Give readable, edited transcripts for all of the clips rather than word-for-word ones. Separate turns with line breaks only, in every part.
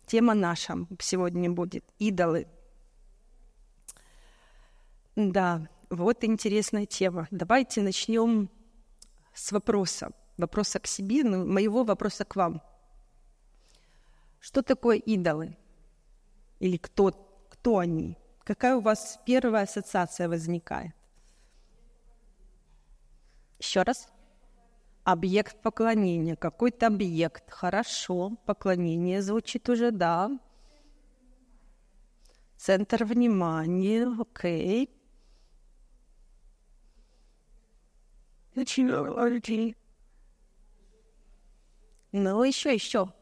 Тема наша сегодня будет «Идолы». Да, вот интересная тема. Давайте начнем с вопроса. Вопроса к себе, моего вопроса к вам. Что такое идолы? Или кто они? Какая у вас первая ассоциация возникает? Еще раз. Объект поклонения. Какой-то объект. Хорошо. Поклонение звучит уже, да. Центр внимания. Окей. Ну, еще.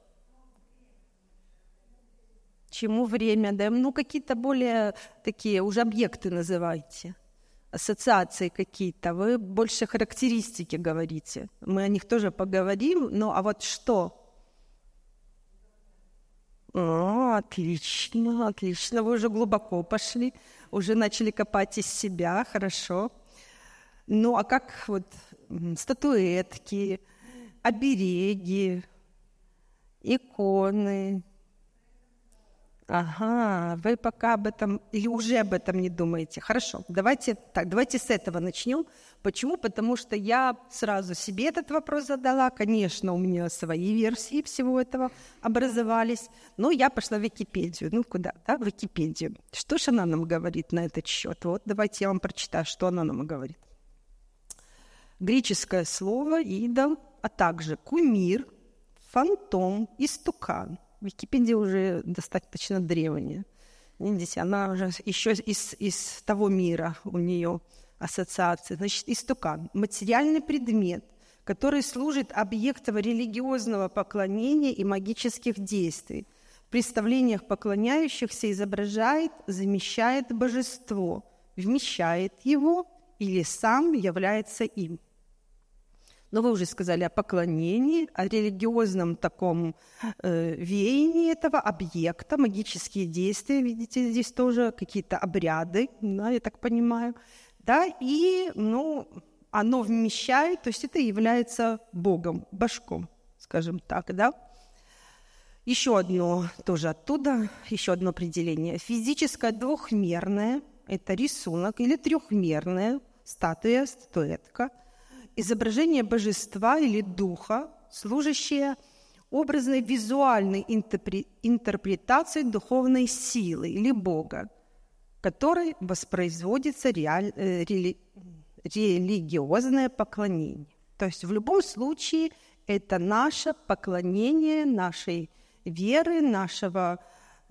Чему время даем? Какие-то более такие уже объекты называйте. Ассоциации какие-то. Вы больше характеристики говорите. Мы о них тоже поговорим. А вот что? Отлично. Вы уже глубоко пошли. Уже начали копать из себя. Хорошо. А как вот статуэтки, обереги, иконы? Ага, вы пока об этом или уже об этом не думаете. Хорошо, давайте с этого начнем. Почему? Потому что я сразу себе этот вопрос задала. Конечно, у меня свои версии всего этого образовались. Но я пошла в Википедию. Куда? Да, в Википедию. Что ж она нам говорит на этот счет? Вот давайте я вам прочитаю, что она нам говорит. Греческое слово «идол», а также кумир, фантом, истукан. Википедия уже достаточно древняя. Видите, она уже еще из того мира у нее ассоциация. Значит, истукан – материальный предмет, который служит объектом религиозного поклонения и магических действий. В представлениях поклоняющихся изображает, замещает божество, вмещает его или сам является им. Но вы уже сказали о поклонении, о религиозном таком веянии этого объекта, магические действия, видите, здесь тоже какие-то обряды, да, я так понимаю, да, и, оно вмещает, то есть это является Богом, божком, скажем так, да. Еще одно тоже оттуда, еще одно определение. Физическое двухмерное – это рисунок, или трехмерное – статуэтка, изображение божества или духа, служащее образной визуальной интерпретацией духовной силы или Бога, которой воспроизводится религиозное поклонение. То есть в любом случае это наше поклонение нашей веры, нашего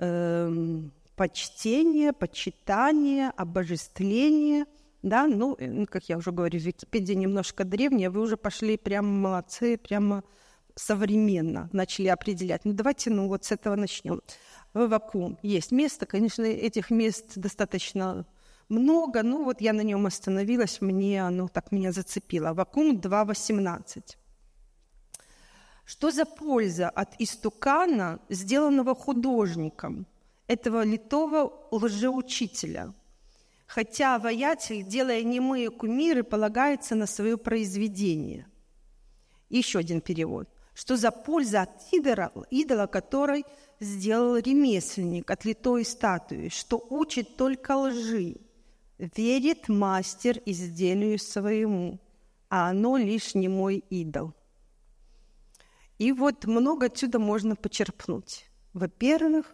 почтения, почитания, обожествления. Да, как я уже говорю, Википедия немножко древняя, вы уже пошли прямо молодцы, прямо современно начали определять. Давайте, вот с этого начнем. В вакуум есть место, конечно, этих мест достаточно много, вот я на нем остановилась, оно так меня зацепило. Вакуум 2.18. Что за польза от истукана, сделанного художником, этого литого лжеучителя? Хотя воятель, делая немые кумиры, полагается на свое произведение. Еще один перевод. Что за польза от идола, который сделал ремесленник от литой статуи, что учит только лжи, верит мастер изделию своему, а оно лишь немой идол. И много отсюда можно почерпнуть. Во-первых,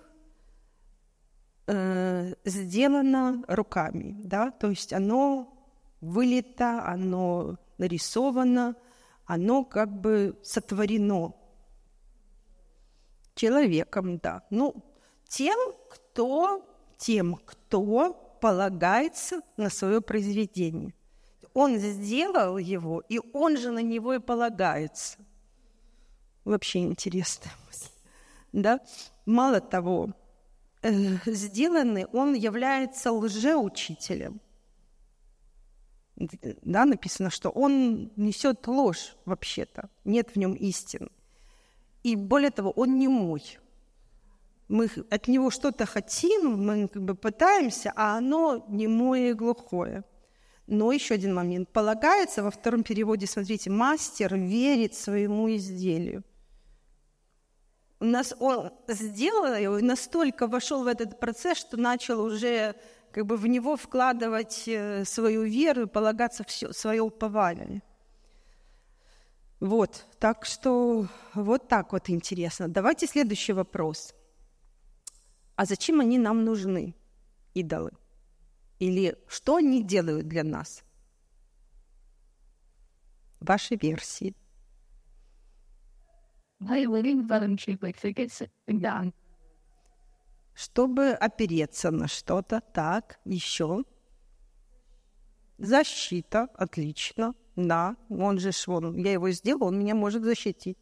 сделано руками, да, то есть оно вылито, оно нарисовано, оно как бы сотворено человеком, да. Тем, кто полагается на свое произведение. Он сделал его, и он же на него и полагается. Вообще интересная мысль, да. Мало того, сделанный, он является лжеучителем. Да, написано, что он несет ложь вообще-то, нет в нем истины. И более того, он немой. Мы от него что-то хотим, мы пытаемся, а оно немое и глухое. Но еще один момент. Полагается, во втором переводе, смотрите, мастер верит своему изделию. Он сделал его и настолько вошел в этот процесс, что начал уже как бы в него вкладывать свою веру и полагаться все свое упование. Вот, так что вот так вот интересно. Давайте следующий вопрос. А зачем они нам нужны, идолы? Или что они делают для нас? Ваши версии. Чтобы опереться на что-то. Так, еще. Защита, отлично. Да, я его сделал, он меня может защитить.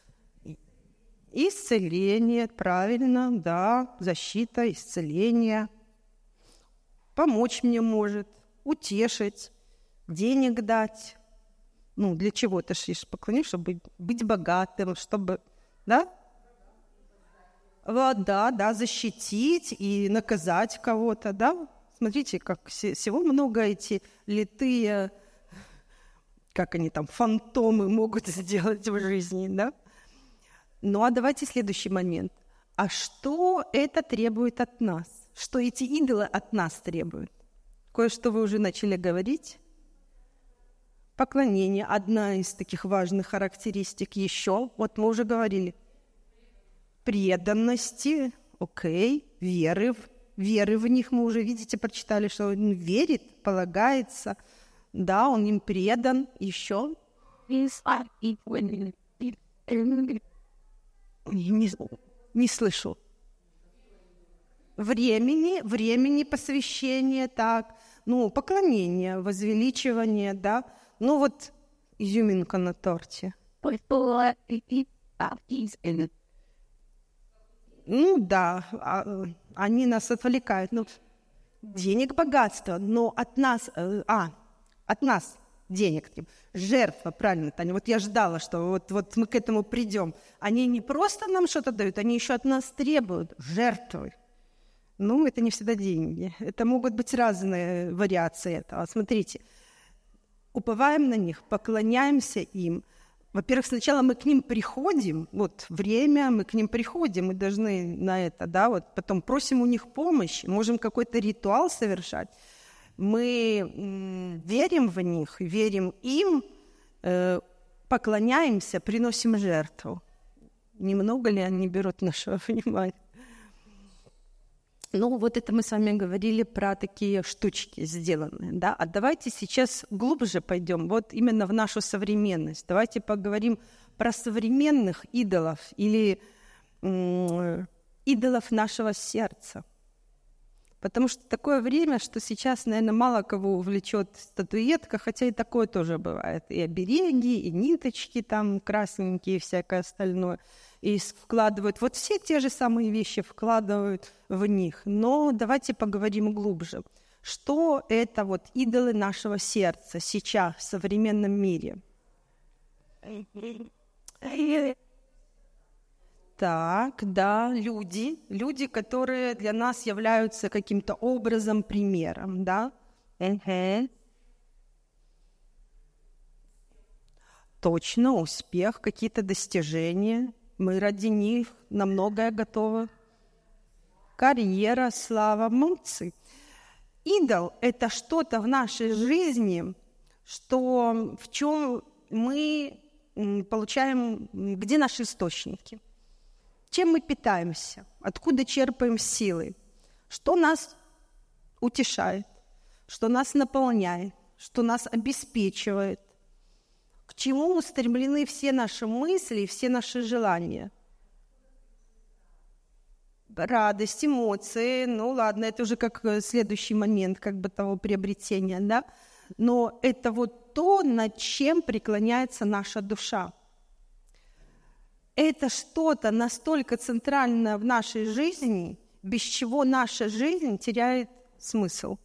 Исцеление, правильно, да, защита, исцеление. Помочь мне может, утешить, денег дать. Для чего ты поклонишься, чтобы быть богатым, чтобы, да? Вот, да, защитить и наказать кого-то, да? Смотрите, как всего много эти литые, как они там, фантомы могут сделать в жизни, да? Ну, а давайте следующий момент. А что это требует от нас? Что эти идолы от нас требуют? Кое-что вы уже начали говорить. Поклонение – одна из таких важных характеристик. Еще, вот мы уже говорили, преданности, веры в них мы уже, видите, прочитали, что он верит, полагается, да, он им предан. Еще. Не слышу. Времени посвящения, так, поклонение, возвеличивание, да. Вот изюминка на торте. Да, они нас отвлекают. Денег, богатство, но от нас денег. Жертва, правильно, Таня. Вот я ждала, что вот мы к этому придем. Они не просто нам что-то дают, они еще от нас требуют жертвы. Это не всегда деньги. Это могут быть разные вариации этого. Смотрите, уповаем на них, поклоняемся им. Во-первых, сначала мы к ним приходим, время, мы к ним приходим, мы должны на это, да, потом просим у них помощи, можем какой-то ритуал совершать. Мы верим в них, верим им, поклоняемся, приносим жертву. Немного ли они берут нашего внимания? Это мы с вами говорили про такие штучки сделанные, да? А давайте сейчас глубже пойдем, именно в нашу современность. Давайте поговорим про современных идолов или идолов нашего сердца. Потому что такое время, что сейчас, наверное, мало кого увлечет статуэтка, хотя и такое тоже бывает. И обереги, и ниточки там красненькие, и всякое остальное. И вкладывают, все те же самые вещи вкладывают в них. Но давайте поговорим глубже. Что это идолы нашего сердца сейчас, в современном мире? Так, да, люди, которые для нас являются каким-то образом, примером, да? Точно, успех, какие-то достижения. Мы ради них на многое готовы. Карьера, слава, молодцы. Идол – это что-то в нашей жизни, в чем мы получаем, где наши источники. Чем мы питаемся? Откуда черпаем силы? Что нас утешает? Что нас наполняет? Что нас обеспечивает? К чему устремлены все наши мысли и все наши желания? Радость, эмоции, ладно, это уже как следующий момент того приобретения, да? Но это то, над чем преклоняется наша душа. Это что-то настолько центральное в нашей жизни, без чего наша жизнь теряет смысл.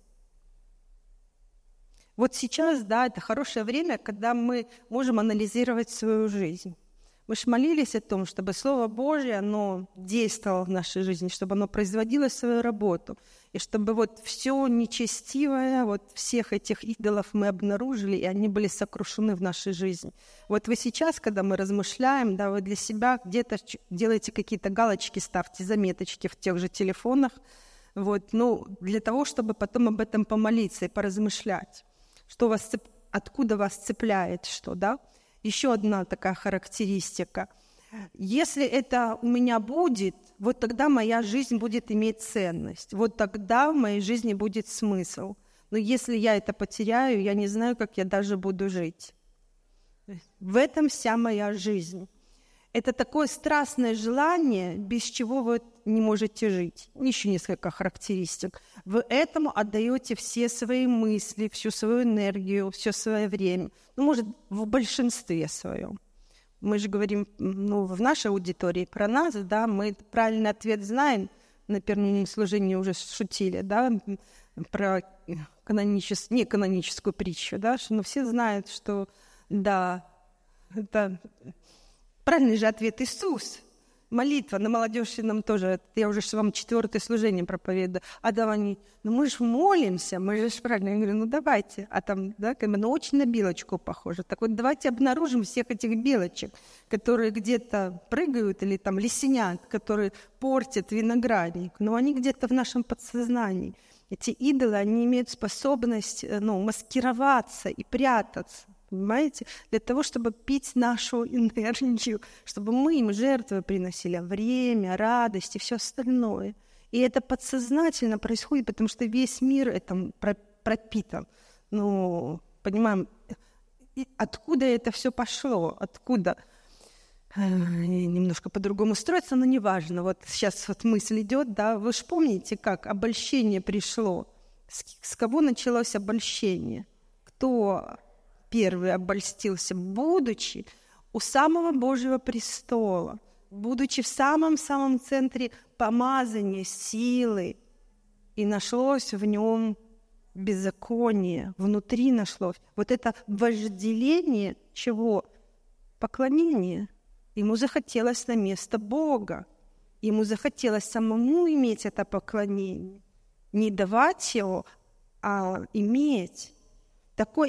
Сейчас, да, это хорошее время, когда мы можем анализировать свою жизнь. Мы же молились о том, чтобы Слово Божье, оно действовало в нашей жизни, чтобы оно производило свою работу, и чтобы вот все нечестивое, вот всех этих идолов мы обнаружили, и они были сокрушены в нашей жизни. Вот вы сейчас, когда мы размышляем, да, вы для себя где-то делаете какие-то галочки, ставьте заметочки в тех же телефонах, вот, для того, чтобы потом об этом помолиться и поразмышлять, откуда вас цепляет что, да? Еще одна такая характеристика. Если это у меня будет, вот тогда моя жизнь будет иметь ценность, вот тогда в моей жизни будет смысл. Но если я это потеряю, я не знаю, как я даже буду жить. В этом вся моя жизнь. Это такое страстное желание, без чего вы не можете жить. Еще несколько характеристик. Вы этому отдаете все свои мысли, всю свою энергию, все свое время. Может, в большинстве своем. Мы же говорим, в нашей аудитории про нас, да, мы правильный ответ знаем. На первом служении уже шутили, да, про неканоническую притчу, да, что все знают, что, да, это... Правильный же ответ — Иисус. Молитва на молодежном тоже. Я уже вам 4-е служение проповедую. А давай, мы же молимся, мы же правильно. Я говорю, давайте. А там, да, очень на белочку похоже. Так вот, давайте обнаружим всех этих белочек, которые где-то прыгают или там лисенят, которые портят виноградник. Но они где-то в нашем подсознании. Эти идолы, они имеют способность, маскироваться и прятаться. Понимаете? Для того, чтобы пить нашу энергию, чтобы мы им жертвы приносили, время, радость и все остальное. И это подсознательно происходит, потому что весь мир этим пропитан. Понимаем, откуда это все пошло, откуда. Немножко по-другому строится, но неважно. Вот сейчас вот мысль идет, да, вы же помните, как обольщение пришло? С кого началось обольщение? Кто первый обольстился, будучи у самого Божьего престола, будучи в самом-самом центре помазания, силы, и нашлось в нем беззаконие, внутри нашлось. Вот это вожделение чего? Поклонение. Ему захотелось на место Бога. Ему захотелось самому иметь это поклонение. Не давать его, а иметь. Такое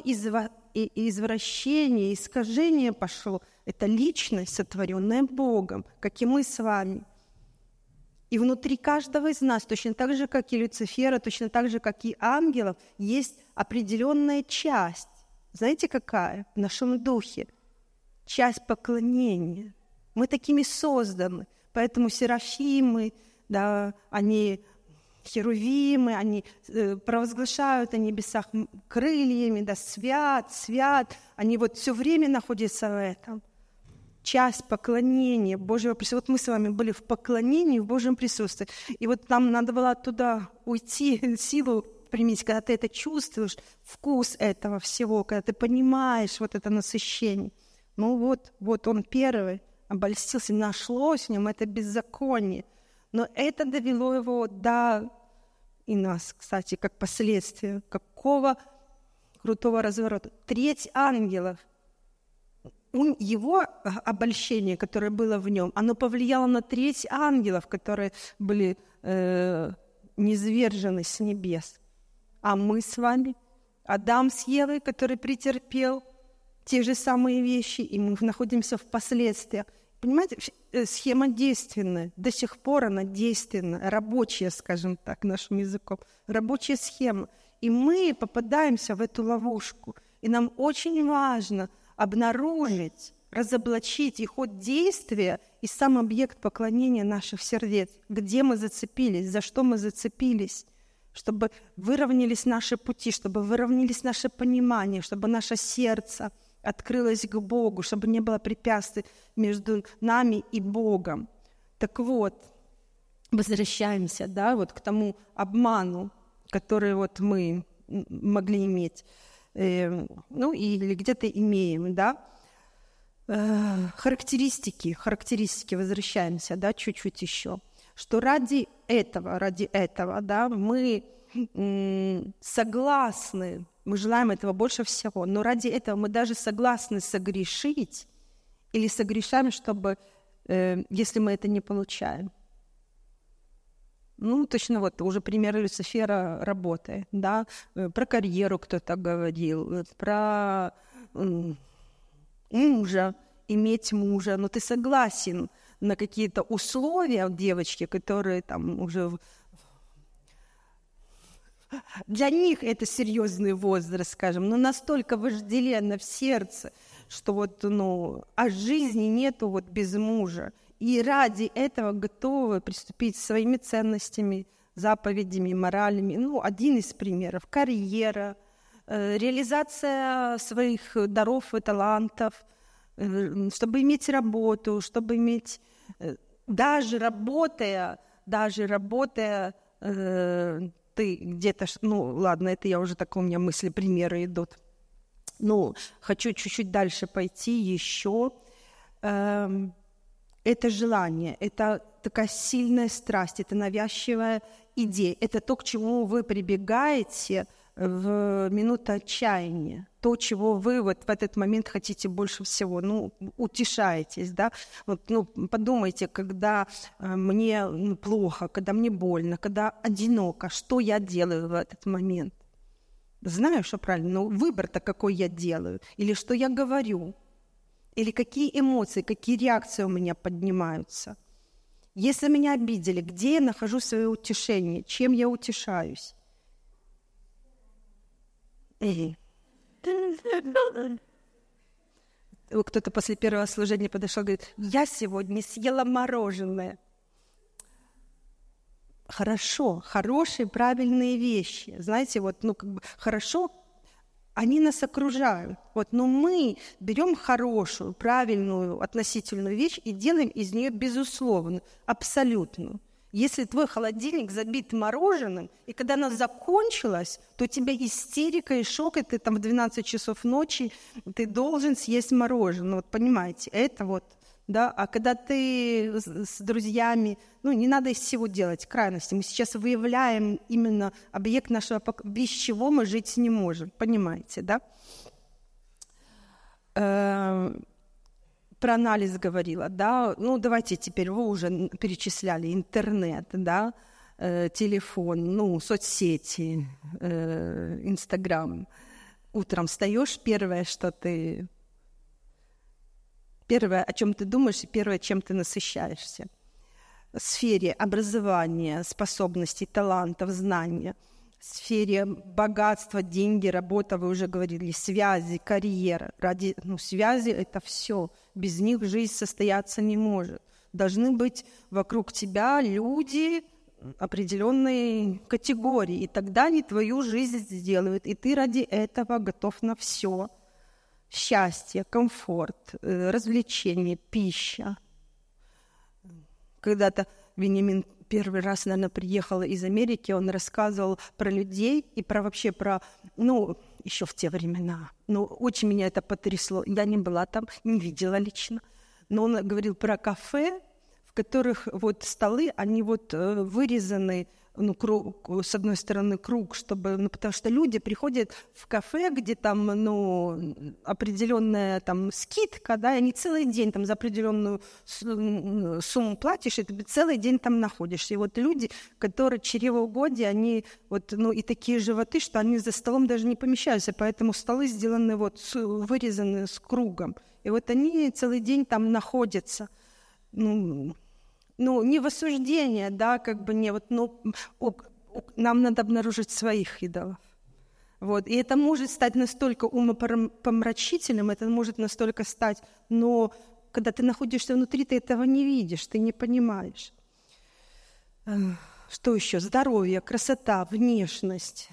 извращение, искажение пошло. Это личность, сотворенная Богом, как и мы с вами. И внутри каждого из нас, точно так же, как и Люцифера, точно так же, как и ангелов, есть определенная часть. Знаете, какая? В нашем духе. Часть поклонения. Мы такими созданы. Поэтому серафимы, да, они... херувимы, они провозглашают о небесах крыльями, да, свят, свят. Они вот все время находятся в этом. Часть поклонения Божьего присутствия. Вот мы с вами были в поклонении в Божьем присутствии. И вот нам надо было оттуда уйти, силу применить, когда ты это чувствуешь, вкус этого всего, когда ты понимаешь вот это насыщение. Вот он первый обольстился, нашлось в нем это беззаконие. Но это довело его и нас, кстати, как последствие, какого крутого разворота. Треть ангелов, его обольщение, которое было в нем, оно повлияло на треть ангелов, которые были низвержены с небес. А мы с вами, Адам с Евой, который претерпел те же самые вещи, и мы находимся в последствиях. Понимаете, схема действенная, до сих пор она действенна, рабочая, скажем так, нашим языком, рабочая схема. И мы попадаемся в эту ловушку. И нам очень важно обнаружить, разоблачить и ход действия, и сам объект поклонения наших сердец, где мы зацепились, за что мы зацепились, чтобы выровнялись наши пути, чтобы выровнялись наше понимание, чтобы наше сердце открылась к Богу, чтобы не было препятствий между нами и Богом. Так вот, возвращаемся, к тому обману, который мы могли иметь, или где-то имеем, характеристики, возвращаемся, чуть-чуть еще, что ради этого, мы согласны, мы желаем этого больше всего, но ради этого мы даже согласны согрешить или согрешаем, чтобы, если мы это не получаем. Ну, точно вот уже пример Люцифера работает, да, про карьеру кто-то говорил, про мужа, иметь мужа, но ты согласен на какие-то условия девочки, которые там уже... Для них это серьезный возраст, скажем, но настолько вожделенно в сердце, что вот, а жизни нету вот без мужа. И ради этого готовы приступить своими ценностями, заповедями, моралями. Один из примеров – карьера, реализация своих даров и талантов, чтобы иметь работу, чтобы иметь, даже работая, ты где-то, ладно, это я уже так, у меня мысли, примеры идут. Хочу чуть-чуть дальше пойти еще. Это желание, это такая сильная страсть, это навязчивая идея, это то, к чему вы прибегаете в минуту отчаяния, то, чего вы вот в этот момент хотите больше всего, утешаетесь, да, подумайте, когда мне плохо, когда мне больно, когда одиноко, что я делаю в этот момент? Знаю, что правильно, но выбор-то какой я делаю, или что я говорю, или какие эмоции, какие реакции у меня поднимаются. Если меня обидели, где я нахожу свое утешение, чем я утешаюсь? Кто-то после первого служения подошел и говорит: я сегодня съела мороженое. Хорошо, хорошие, правильные вещи. Знаете, хорошо, они нас окружают. Но мы берем хорошую, правильную, относительную вещь и делаем из нее безусловную, абсолютную. Если твой холодильник забит мороженым, и когда оно закончилось, то у тебя истерика и шок, и ты там в 12 часов ночи, ты должен съесть мороженое. Понимаете, это да. А когда ты с друзьями, не надо из всего делать крайности. Мы сейчас выявляем именно объект нашего, без чего мы жить не можем. Понимаете, да? Про анализ говорила, да, давайте теперь, вы уже перечисляли интернет, да, телефон, соцсети, Инстаграм. Утром встаешь, первое, о чем ты думаешь, и первое, чем ты насыщаешься. В сфере образования, способностей, талантов, знания, в сфере богатства, деньги, работа, вы уже говорили, связи, карьера. Ради связи это все. Без них жизнь состояться не может. Должны быть вокруг тебя люди определенной категории, и тогда они твою жизнь сделают, и ты ради этого готов на все. Счастье, комфорт, развлечение, пища. Когда-то Вениамин первый раз, наверное, приехал из Америки, он рассказывал про людей и вообще про, еще в те времена. Очень меня это потрясло. Я не была там, не видела лично. Но он говорил про кафе, в которых столы, они вырезаны, с одной стороны круг, чтобы, потому что люди приходят в кафе, где там, определенная там скидка, да, и они целый день там за определенную сумму платишь, и ты целый день там находишься. И люди, которые чревоугодие, они и такие животы, что они за столом даже не помещаются, поэтому столы сделаны вырезаны с кругом. И они целый день там находятся. Не в осуждение, да, нам надо обнаружить своих идолов. И это может стать настолько умопомрачительным, это может настолько стать, но когда ты находишься внутри, ты этого не видишь, ты не понимаешь. Что еще? Здоровье, красота, внешность,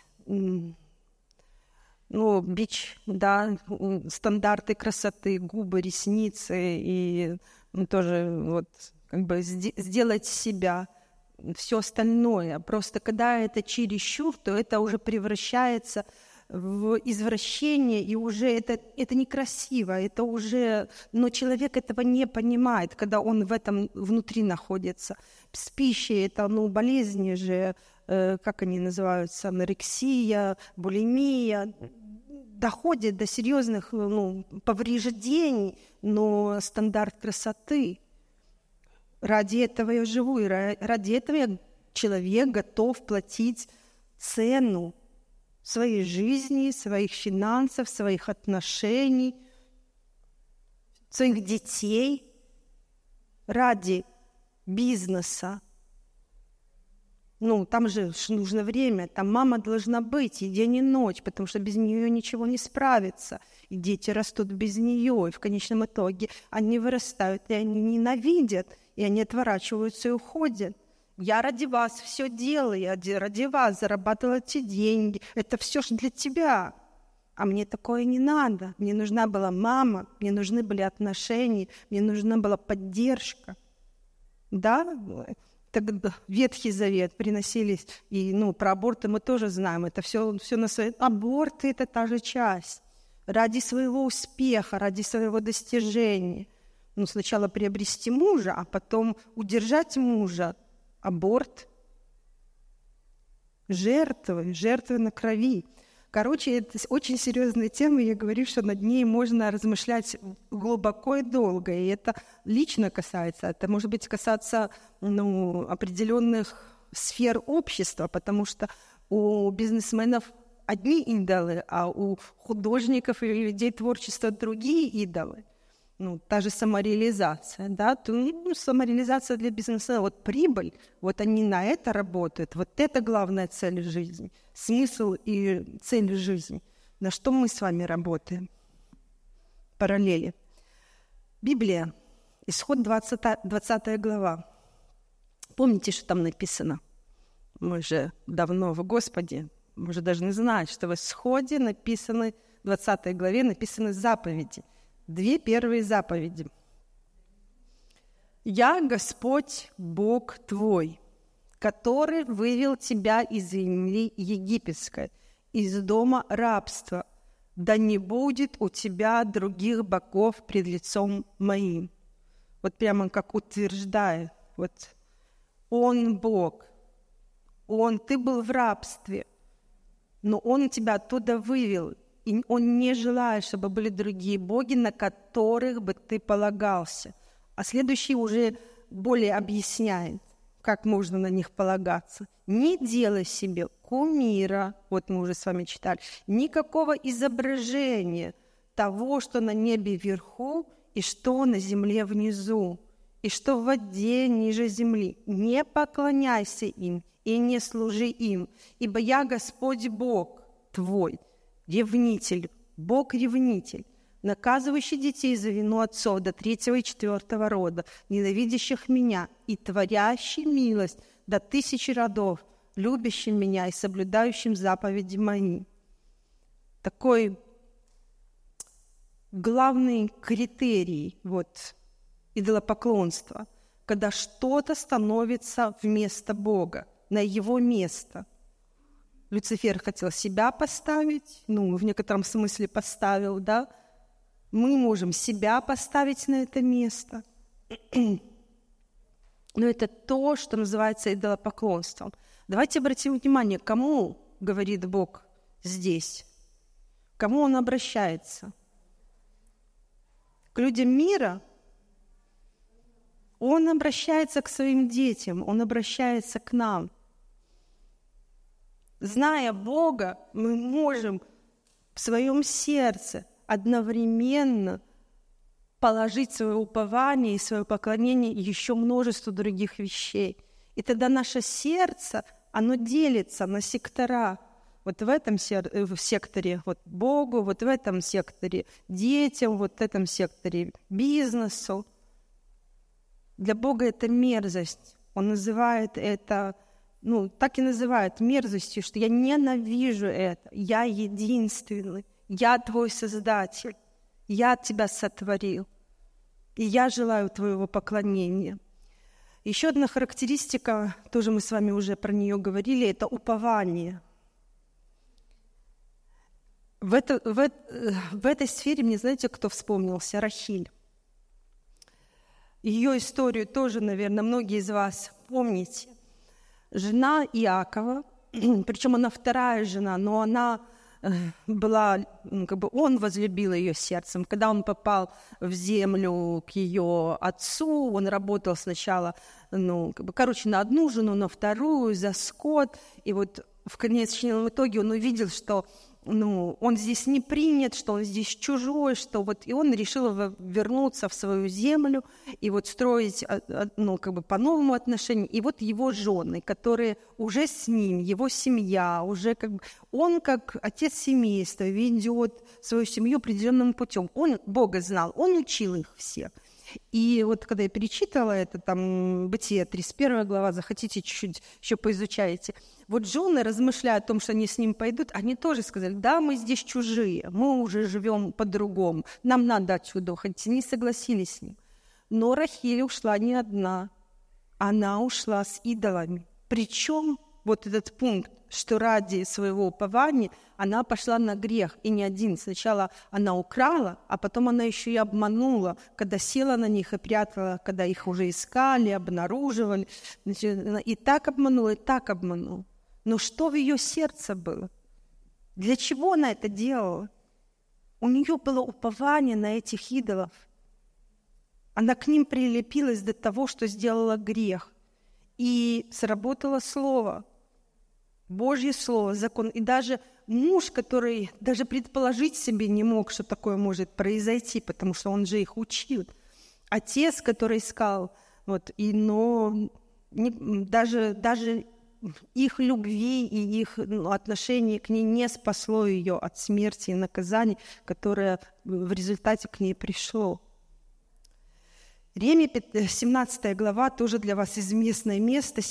бич, да, стандарты красоты, губы, ресницы и тоже сделать себя, все остальное. Просто когда это чересчур, то это уже превращается в извращение, и уже это некрасиво, это уже... Но человек этого не понимает, когда он в этом внутри находится. С пищей это, болезни же, как они называются, анорексия, булимия, доходит до серьезных повреждений, но стандарт красоты. Ради этого я живу, и ради этого человек готов платить цену своей жизни, своих финансов, своих отношений, своих детей ради бизнеса. Там же нужно время, там мама должна быть и день, и ночь, потому что без нее ничего не справится. И дети растут без нее, и в конечном итоге они вырастают, и они ненавидят, и они отворачиваются и уходят. Я ради вас все делаю, я ради вас зарабатывала эти деньги. Это все же для тебя. А мне такое не надо. Мне нужна была мама, мне нужны были отношения, мне нужна была поддержка. Да, тогда Ветхий Завет приносились, и про аборты мы тоже знаем, это все на своей... Аборты — это та же часть. Ради своего успеха, ради своего достижения. Сначала приобрести мужа, а потом удержать мужа. Аборт. Жертвы на крови. Короче, это очень серьезная тема, я говорю, что над ней можно размышлять глубоко и долго, и это лично касается, это может быть касаться определенных сфер общества, потому что у бизнесменов одни идолы, а у художников и людей творчества другие идолы. Та же самореализация, да, самореализация для бизнеса, прибыль, они на это работают, это главная цель жизни, смысл и цель жизни. На что мы с вами работаем? Параллели. Библия, Исход 20 глава. Помните, что там написано? Мы же давно в Господе, мы же должны знать, что в Исходе написаны, в 20 главе написаны заповеди. 2 первые заповеди. «Я Господь, Бог твой, который вывел тебя из земли египетской, из дома рабства. Да не будет у тебя других богов пред лицом моим». Прямо как утверждает. Он Бог. Ты был в рабстве, но Он тебя оттуда вывел. И Он не желает, чтобы были другие боги, на которых бы ты полагался. А следующий уже более объясняет, как можно на них полагаться. Не делай себе кумира, мы уже с вами читали, никакого изображения того, что на небе вверху и что на земле внизу, и что в воде ниже земли. Не поклоняйся им и не служи им, ибо я Господь Бог твой, ревнитель, Бог-ревнитель, наказывающий детей за вину отцов до 3 и 4 рода, ненавидящих меня, и творящий милость до 1000 родов, любящим меня и соблюдающим заповеди мои. Такой главный критерий идолопоклонства, когда что-то становится вместо Бога, на его место. Люцифер хотел себя поставить, в некотором смысле поставил, да? Мы можем себя поставить на это место. Но это то, что называется идолопоклонством. Давайте обратим внимание, кому говорит Бог здесь, к кому Он обращается. К людям мира Он обращается к своим детям, Он обращается к нам. Зная Бога, мы можем в своем сердце одновременно положить свое упование и свое поклонение еще множеству других вещей. И тогда наше сердце, оно делится на сектора. В этом секторе Богу, в этом секторе детям, в этом секторе бизнесу. Для Бога это мерзость. Он называет это, так и называет мерзостью, что я ненавижу это. Я единственный, я твой Создатель, я тебя сотворил, и я желаю твоего поклонения. Еще одна характеристика, тоже мы с вами уже про нее говорили, это упование. В этой сфере мне, знаете, кто вспомнился? Рахиль. Ее историю тоже, наверное, многие из вас помните. Жена Иакова, причем она вторая жена, но она была, он возлюбил ее сердцем. Когда он попал в землю к ее отцу, он работал сначала, на одну жену, на вторую, за скот. И вот в конечном итоге он увидел, что он здесь не принят, что он здесь чужой, и он решил вернуться в свою землю и строить, по-новому отношения. И его жены, которые уже с ним, его семья, уже он как отец семейства ведет свою семью определенным путем. Он Бога знал, он учил их всех. И когда я перечитала это, Бытие, 31 глава, захотите, чуть-чуть еще поизучаете. Жены, размышляя о том, что они с ним пойдут, они тоже сказали: да, мы здесь чужие, мы уже живем по-другому, нам надо отсюда уходить. Не согласились с ним. Но Рахиль ушла не одна, она ушла с идолами. Причем этот пункт, что ради своего упования она пошла на грех, и не один. Сначала она украла, а потом она еще и обманула, когда села на них и прятала, когда их уже искали, обнаруживали. И так обманула, и так обманула. Но что в ее сердце было? Для чего она это делала? У нее было упование на этих идолов. Она к ним прилепилась до того, что сделала грех. И сработало слово, Божье слово, закон. И даже муж, который даже предположить себе не мог, что такое может произойти, потому что он же их учил. Отец, который искал, даже их любви и их отношение к ней не спасло ее от смерти и наказания, которое в результате к ней пришло. Римляне 17 глава, тоже для вас известное место,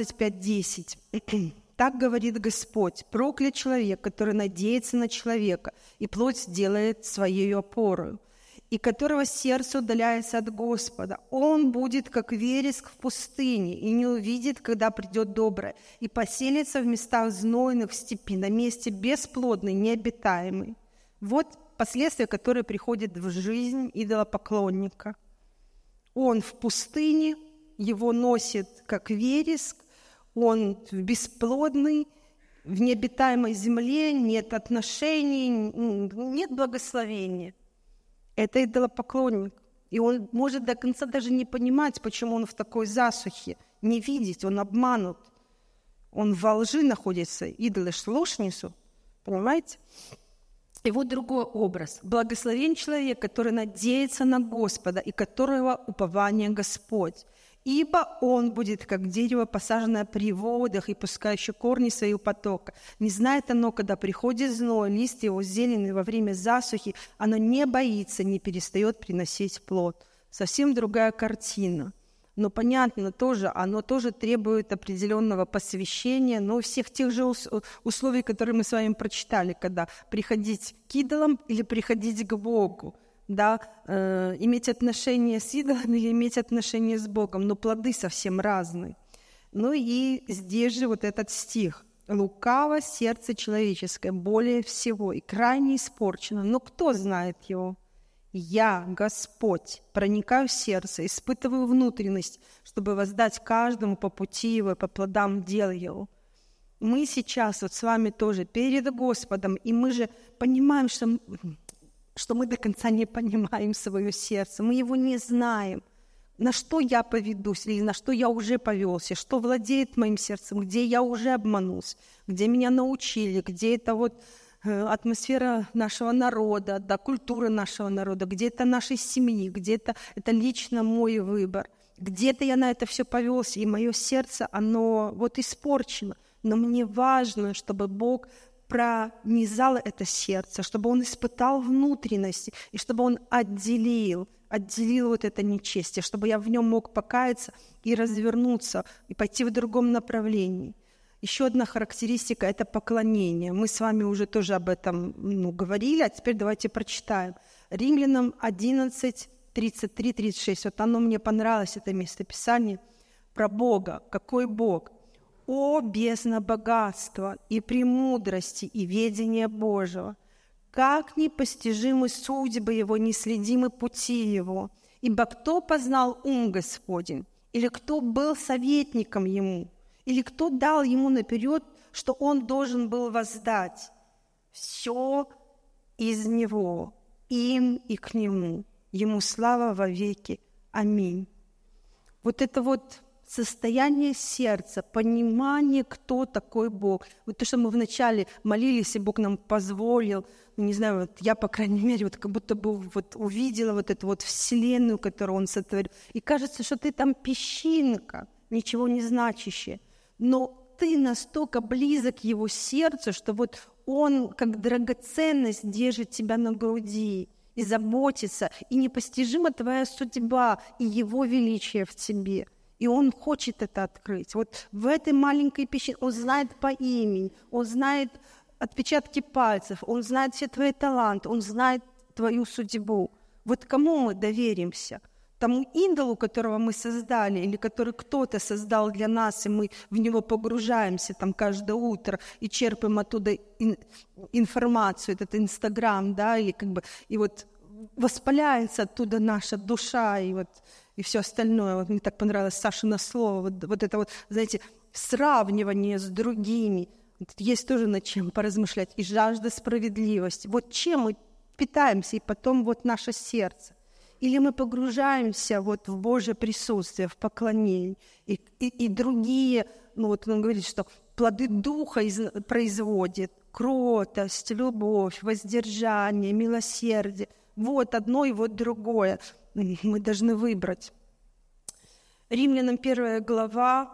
17:5-10. Так говорит Господь: проклят человек, который надеется на человека, и плоть делает своей опорою, и которого сердце удаляется от Господа. Он будет, как вереск в пустыне, и не увидит, когда придет доброе, и поселится в местах знойных, в степи, на месте бесплодной, необитаемой. Последствия, которые приходят в жизнь идолопоклонника. Он в пустыне, его носит, как вереск, он бесплодный, в необитаемой земле, нет отношений, нет благословения. Это идолопоклонник. И он может до конца даже не понимать, почему он в такой засухе, не видеть, он обманут. Он во лжи находится, идолы ж ложь несут, понимаете? И другой образ. Благословен человек, который надеется на Господа и которого упование Господь. Ибо он будет, как дерево, посаженное при водах и пускающее корни свои у потока. Не знает оно, когда приходит зной, листья его зеленые во время засухи, оно не боится, не перестает приносить плод. Совсем другая картина. Но понятно тоже, оно тоже требует определенного посвящения, но всех тех же условий, которые мы с вами прочитали, когда приходить к идолам или приходить к Богу. Иметь отношения с идолами или иметь отношения с Богом, но плоды совсем разные. И здесь же этот стих. «Лукаво сердце человеческое более всего и крайне испорчено, но кто знает его? Я, Господь, проникаю в сердце, испытываю внутренность, чтобы воздать каждому по пути его, по плодам дел его». Мы сейчас с вами тоже перед Господом, и мы же понимаем, что мы до конца не понимаем свое сердце, мы его не знаем. На что я поведусь, или на что я уже повелся, что владеет моим сердцем, где я уже обманулся, где меня научили, где это атмосфера нашего народа, культура нашего народа, где это нашей семьи, где это лично мой выбор. Где-то я на это все повелся, и мое сердце, оно испорчено. Но мне важно, чтобы Бог пронизал это сердце, чтобы он испытал внутренности, и чтобы он отделил это нечестие, чтобы я в нем мог покаяться и развернуться, и пойти в другом направлении. Еще одна характеристика – это поклонение. Мы с вами уже тоже об этом говорили, а теперь давайте прочитаем. Римлянам 11, 33-36. Оно мне понравилось, это местописание, про Бога. Какой Бог? «О, бездна богатства и премудрости и ведения Божьего! Как непостижимы судьбы Его, неследимы пути Его! Ибо кто познал ум Господень? Или кто был советником Ему? Или кто дал Ему наперед, что Он должен был воздать? Все из Него, им и к Нему. Ему слава во веки. Аминь. Вот это вот состояние сердца, понимание, кто такой Бог. Вот то, что мы вначале молились, и Бог нам позволил, не знаю, вот я, по крайней мере, вот как будто бы вот увидела вот эту вот вселенную, которую Он сотворил. И кажется, что ты там песчинка, ничего не значащая. Но ты настолько близок к Его сердцу, что вот Он, как драгоценность, держит тебя на груди и заботится, и непостижима твоя судьба, и Его величие в тебе. И Он хочет это открыть. Вот в этой маленькой пещере Он знает по имени, Он знает отпечатки пальцев, Он знает все твои таланты, Он знает твою судьбу. Вот кому мы доверимся? Тому идолу, которого мы создали, или который кто-то создал для нас, и мы в него погружаемся там каждое утро и черпаем оттуда информацию, этот Инстаграм, да, или как бы, и вот воспаляется оттуда наша душа, и вот и все остальное. Вот мне так понравилось Сашино слово, вот это вот, знаете, сравнивание с другими. Вот есть тоже над чем поразмышлять. И жажда справедливости. Вот чем мы питаемся, и потом вот наше сердце. Или мы погружаемся вот в Божье присутствие, в поклонение. И другие, ну вот он говорит, что плоды Духа производит кротость, любовь, воздержание, милосердие. Вот одно и вот другое. Мы должны выбрать. Римлянам 1 глава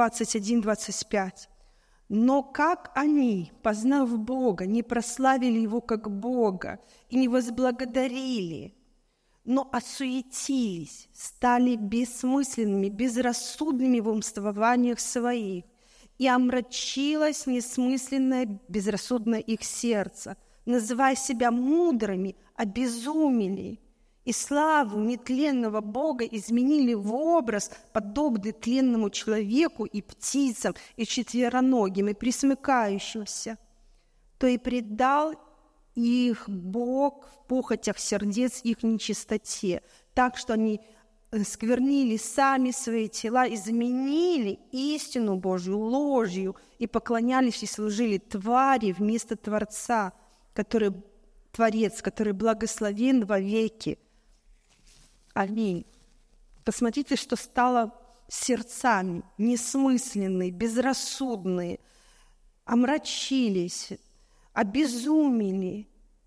21-25. Но как они, познав Бога, не прославили Его как Бога и не возблагодарили, но осуетились, стали бессмысленными, безрассудными в умствованиях своих, и омрачилось несмысленное, безрассудное их сердце, называя себя мудрыми, обезумели, и славу нетленного Бога изменили в образ, подобный тленному человеку и птицам, и четвероногим, и пресмыкающимся, то и предал их Бог в похотях сердец их нечистоте, так что они сквернили сами свои тела, изменили истину Божью ложью и поклонялись и служили твари вместо Творца, который Творец, который благословен во веки. Аминь. Посмотрите, что стало сердцами, несмысленные, безрассудные, омрачились, обезумели,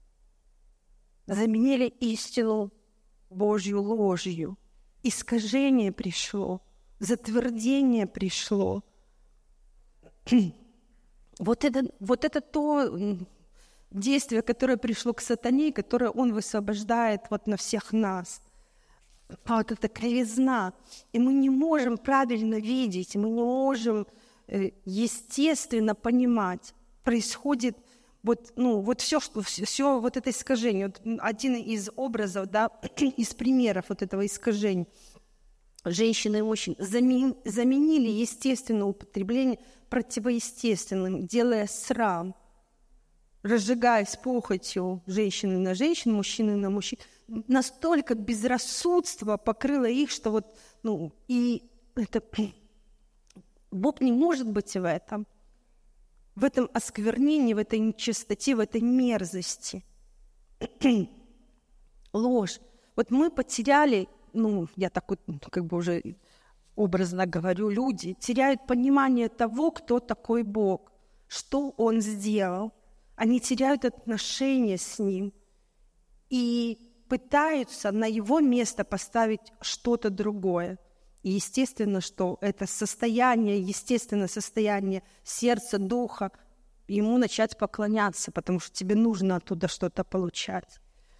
заменили истину Божью ложью. Искажение пришло, затвердение пришло. Вот это то действие, которое пришло к сатане, которое он высвобождает вот на всех нас. А вот эта кривизна. И мы не можем правильно видеть, мы не можем естественно понимать. Происходит вот все вот это искажение. Вот один из образов, да, из примеров вот этого искажения. Женщины и мужчины заменили естественное употребление противоестественным, делая срам, разжигаясь похотью женщины на женщин, мужчины на мужчин. Настолько безрассудство покрыло их, что вот, и это Бог не может быть в этом осквернении, в этой нечистоте, в этой мерзости. Ложь. Вот мы потеряли, я так вот как бы уже образно говорю, люди теряют понимание того, кто такой Бог, что Он сделал. Они теряют отношения с Ним и пытаются на Его место поставить что-то другое. И естественно, что это естественное состояние сердца, духа, Ему начать поклоняться, потому что тебе нужно оттуда что-то получать.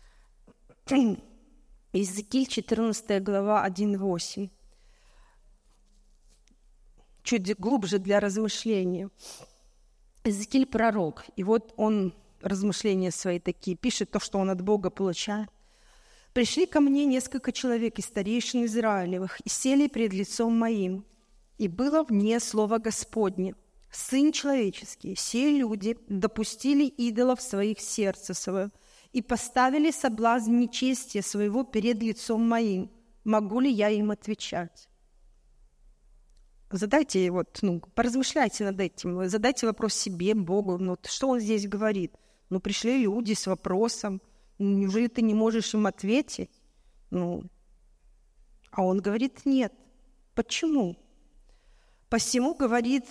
Иезекииль, 14 глава, 1-8. Чуть глубже для размышления. Иезекииль пророк, и вот он размышления свои такие, пишет то, что он от Бога получает. «Пришли ко мне несколько человек из старейшин Израилевых и сели пред лицом моим, и было мне слово Господне: Сын человеческий, все люди допустили идолов в своих сердце свое и поставили соблазн нечестия своего перед лицом моим. Могу ли я им отвечать?» Задайте, поразмышляйте над этим, задайте вопрос себе, Богу, что Он здесь говорит. пришли люди с вопросом, неужели ты не можешь им ответить? А он говорит, нет. Почему? Посему говори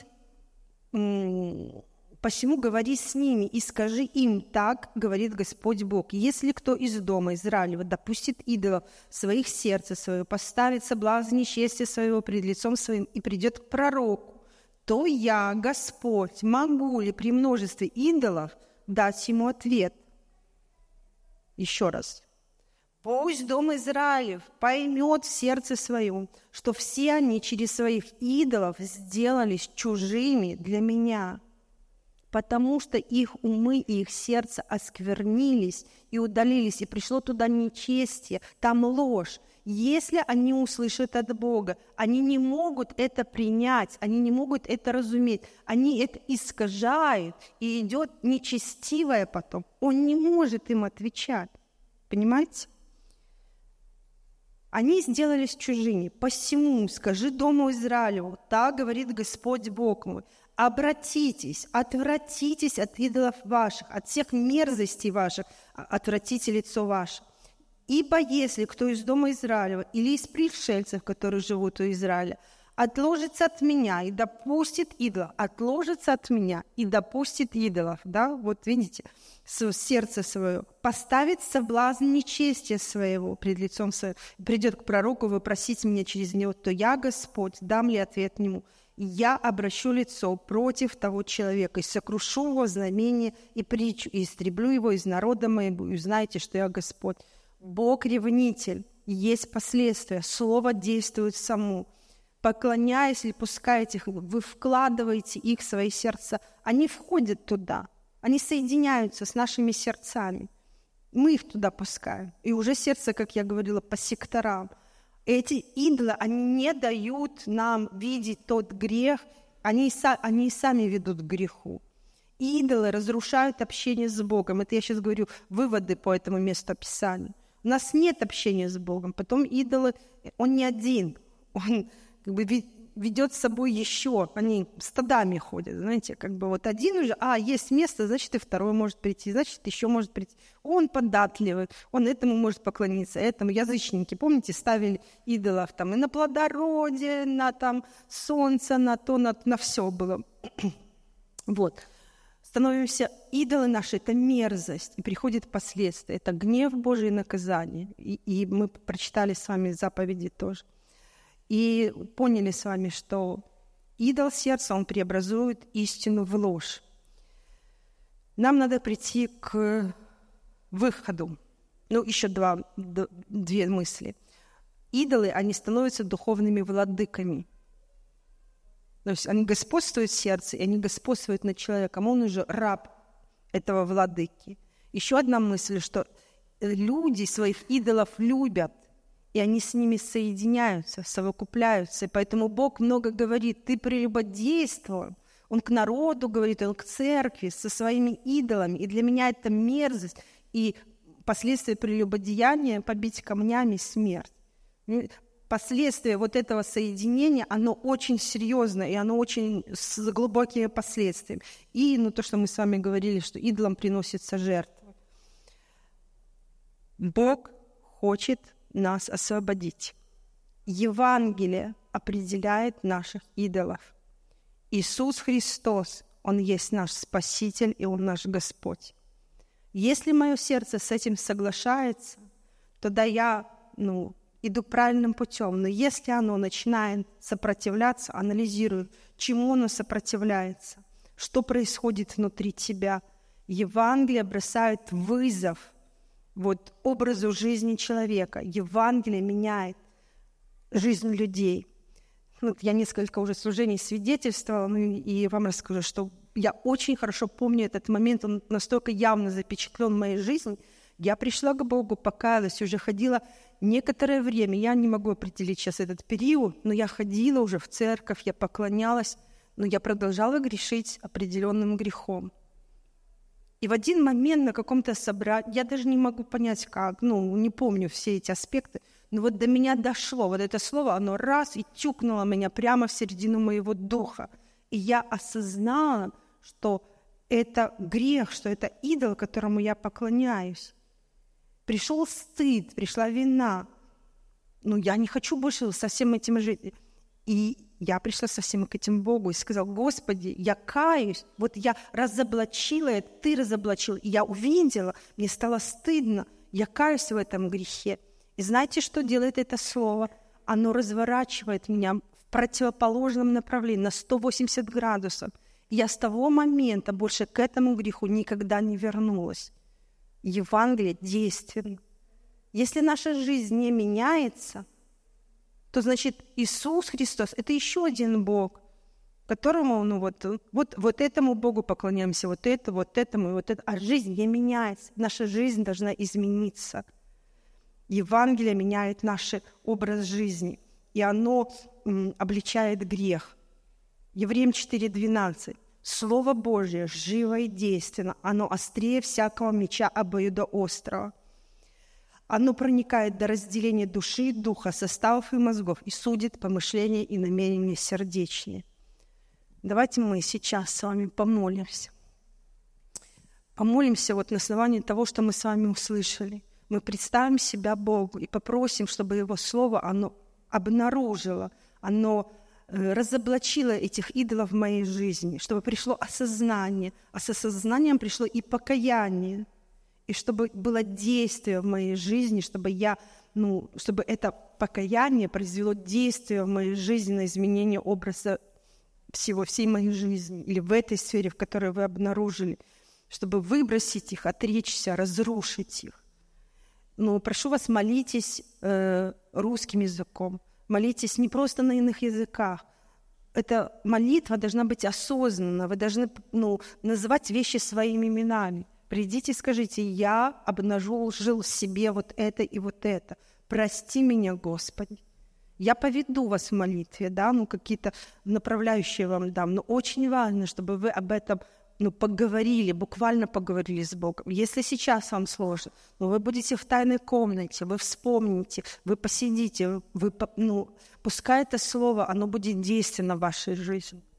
с ними и скажи им, так говорит Господь Бог. Если кто из дома Израилева допустит идолов своих сердца своего, поставит соблазн нечестия своего пред лицом своим и придет к пророку, то я, Господь, могу ли при множестве идолов дать ему ответ? Еще раз. Пусть дом Израилев поймет в сердце своем, что все они через своих идолов сделались чужими для меня, потому что их умы и их сердце осквернились и удалились, и пришло туда нечестие, там ложь. Если они услышат от Бога, они не могут это принять, они не могут это разуметь, они это искажают, и идет нечестивое потом. Он не может им отвечать. Понимаете? Они сделались чужими. Посему скажи дому Израилеву, так говорит Господь Бог мой, обратитесь, отвратитесь от идолов ваших, от всех мерзостей ваших, отвратите лицо ваше. Ибо если кто из дома Израилева или из пришельцев, которые живут у Израиля, отложится от меня и допустит идолов, отложится от меня и допустит идолов, да, вот видите, сердце свое, поставит соблазн нечестия своего пред лицом своим, придет к пророку вопросить меня через него, то я, Господь, дам ли ответ ему, и я обращу лицо против того человека, и сокрушу его знамение и притчу, и истреблю его из народа моего, и узнаете, что я Господь. Бог ревнитель, есть последствия, слово действует само. Поклоняясь или пускаете их, вы вкладываете их в свои сердца, они входят туда, они соединяются с нашими сердцами. Мы их туда пускаем. И уже сердце, как я говорила, по секторам. Эти идолы, они не дают нам видеть тот грех, они сами ведут к греху. Идолы разрушают общение с Богом. Это я сейчас говорю выводы по этому месту Писания. У нас нет общения с Богом. Потом идолы, он не один, он ведет с собой еще, они стадами ходят, знаете, вот один уже, есть место, значит, и второй может прийти, значит, еще может прийти. Он податливый, он этому может поклониться, этому. Язычники, помните, ставили идолов и на плодородие, на солнце, на все было. Вот. Становимся, идолы наши – это мерзость, и приходит последствия, это гнев Божий и наказание. И мы прочитали с вами заповеди тоже. И поняли с вами, что идол сердца, он преобразует истину в ложь. Нам надо прийти к выходу. Еще две мысли. Идолы, они становятся духовными владыками. То есть они господствуют в сердце, и они господствуют над человеком. Он уже раб этого владыки. Еще одна мысль, что люди своих идолов любят, и они с ними соединяются, совокупляются. И поэтому Бог много говорит, ты прелюбодействовал. Он к народу говорит, он к церкви со своими идолами. И для меня это мерзость. И последствия прелюбодеяния – побить камнями смерть. Последствия этого соединения, оно очень серьезное, и оно очень с глубокими последствиями. И то, что мы с вами говорили, что идолам приносится жертва. Бог хочет нас освободить. Евангелие определяет наших идолов. Иисус Христос, Он есть наш Спаситель, и Он наш Господь. Если мое сердце с этим соглашается, тогда я, иду правильным путем. Но если оно начинает сопротивляться, анализирую, чему оно сопротивляется, что происходит внутри тебя. Евангелие бросает вызов образу жизни человека. Евангелие меняет жизнь людей. Я несколько уже служений свидетельствовала, и вам расскажу, что я очень хорошо помню этот момент, он настолько явно запечатлен в моей жизни. Я пришла к Богу, покаялась, уже ходила некоторое время, я не могу определить сейчас этот период, но я ходила уже в церковь, я поклонялась, но я продолжала грешить определенным грехом. И в один момент на каком-то собрании, я даже не могу понять как, не помню все эти аспекты, но до меня дошло, это слово, оно раз и тюкнуло меня прямо в середину моего духа. И я осознала, что это грех, что это идол, которому я поклоняюсь. Пришел стыд, пришла вина. Я не хочу больше со всем этим жить. И я пришла со всем к этим Богу и сказала: Господи, я каюсь. Вот я разоблачила это, Ты разоблачил. И я увидела, мне стало стыдно. Я каюсь в этом грехе. И знаете, что делает это слово? Оно разворачивает меня в противоположном направлении на 180 градусов. И я с того момента больше к этому греху никогда не вернулась. Евангелие действенно. Если наша жизнь не меняется, то значит Иисус Христос — это еще один Бог, которому вот этому Богу поклоняемся, вот этому и вот это. А жизнь не меняется. Наша жизнь должна измениться. Евангелие меняет наш образ жизни, и оно обличает грех. Евреям 4:12. Слово Божье живо и действенно, оно острее всякого меча обоюдоострого. Оно проникает до разделения души и духа, составов и мозгов, и судит помышления и намерения сердечные. Давайте мы сейчас с вами помолимся. Помолимся на основании того, что мы с вами услышали. Мы представим себя Богу и попросим, чтобы Его Слово, оно обнаружило, оно разоблачило этих идолов в моей жизни, чтобы пришло осознание, а с осознанием пришло и покаяние, и чтобы было действие в моей жизни, чтобы чтобы это покаяние произвело действие в моей жизни на изменение образа всей моей жизни, или в этой сфере, в которой вы обнаружили, чтобы выбросить их, отречься, разрушить их. Прошу вас, молитесь русским языком, молитесь не просто на иных языках. Эта молитва должна быть осознанна, вы должны называть вещи своими именами. Придите и скажите: я обнажил в себе вот это и вот это. Прости меня, Господи. Я поведу вас в молитве, какие-то направляющие вам дам. Но очень важно, чтобы вы об этом поговорили, буквально поговорили с Богом. Если сейчас вам сложно, вы будете в тайной комнате, вы вспомните, вы посидите, пускай это слово, оно будет действенно в вашей жизни.